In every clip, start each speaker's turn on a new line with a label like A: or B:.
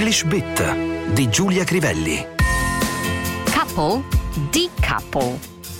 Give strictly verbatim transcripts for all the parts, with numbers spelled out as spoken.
A: English Bit di Giulia Crivelli.
B: Couple, decouple.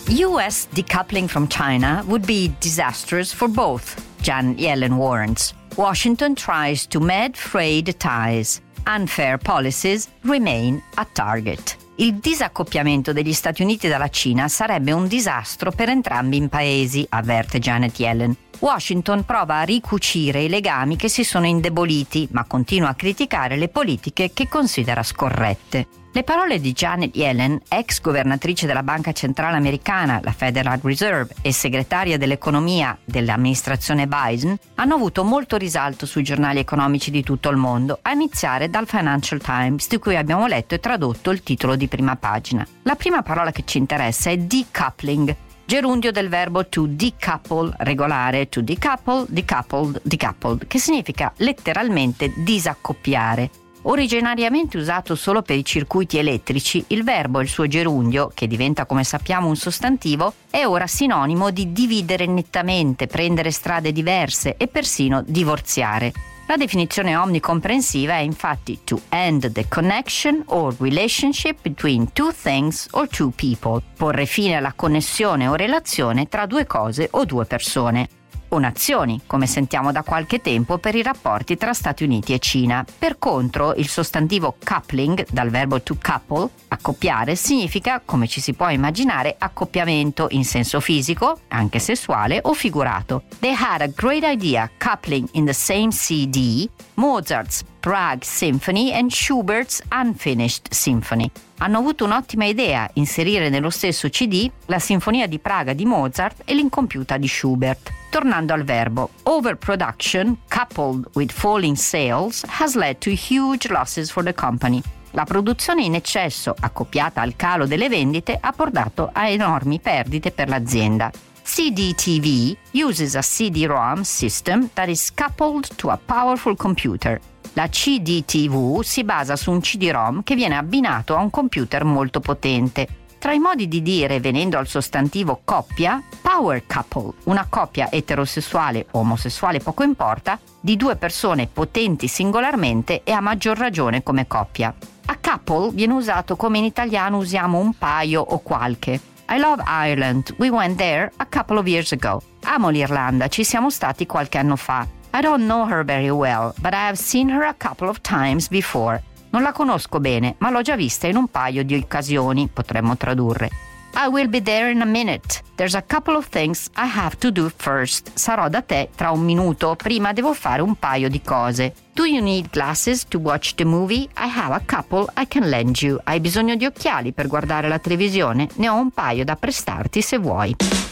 B: U S decoupling from China would be disastrous for both, Janet Yellen warns. Washington tries to mend frayed ties. Unfair policies remain a target. Il disaccoppiamento degli Stati Uniti dalla Cina sarebbe un disastro per entrambi i paesi, avverte Janet Yellen. Washington prova a ricucire i legami che si sono indeboliti, ma continua a criticare le politiche che considera scorrette. Le parole di Janet Yellen, ex governatrice della Banca Centrale Americana, la Federal Reserve, e segretaria dell'economia dell'amministrazione Biden, hanno avuto molto risalto sui giornali economici di tutto il mondo, a iniziare dal Financial Times, di cui abbiamo letto e tradotto il titolo di prima pagina. La prima parola che ci interessa è decoupling, gerundio del verbo to decouple, regolare, to decouple, decoupled, decoupled, che significa letteralmente disaccoppiare. Originariamente usato solo per i circuiti elettrici, il verbo e il suo gerundio, che diventa come sappiamo un sostantivo, è ora sinonimo di dividere nettamente, prendere strade diverse e persino divorziare. La definizione omnicomprensiva è infatti to end the connection or relationship between two things or two people, porre fine alla connessione o relazione tra due cose o due persone. O nazioni, come sentiamo da qualche tempo per i rapporti tra Stati Uniti e Cina. Per contro, il sostantivo coupling, dal verbo to couple, accoppiare, significa, come ci si può immaginare, accoppiamento in senso fisico, anche sessuale o figurato. They had a great idea coupling in the same C D Mozart's Prague Symphony and Schubert's Unfinished Symphony. Hanno avuto un'ottima idea inserire nello stesso C D la Sinfonia di Praga di Mozart e l'Incompiuta di Schubert. Tornando al verbo, overproduction, coupled with falling sales, has led to huge losses for the company. La produzione in eccesso, accoppiata al calo delle vendite, ha portato a enormi perdite per l'azienda. C D T V uses a C D-ROM system that is coupled to a powerful computer. La C D T V si basa su un C D-ROM che viene abbinato a un computer molto potente. Tra i modi di dire, venendo al sostantivo coppia, power couple, una coppia eterosessuale o omosessuale poco importa, di due persone potenti singolarmente e a maggior ragione come coppia. A couple viene usato come in italiano usiamo un paio o qualche. I love Ireland, we went there a couple of years ago. Amo l'Irlanda, ci siamo stati qualche anno fa. I don't know her very well, but I have seen her a couple of times before. Non la conosco bene, ma l'ho già vista in un paio di occasioni, potremmo tradurre. I will be there in a minute. There's a couple of things I have to do first. Sarò da te tra un minuto, prima devo fare un paio di cose. Do you need glasses to watch the movie? I have a couple I can lend you. Hai bisogno di occhiali per guardare la televisione? Ne ho un paio da prestarti se vuoi.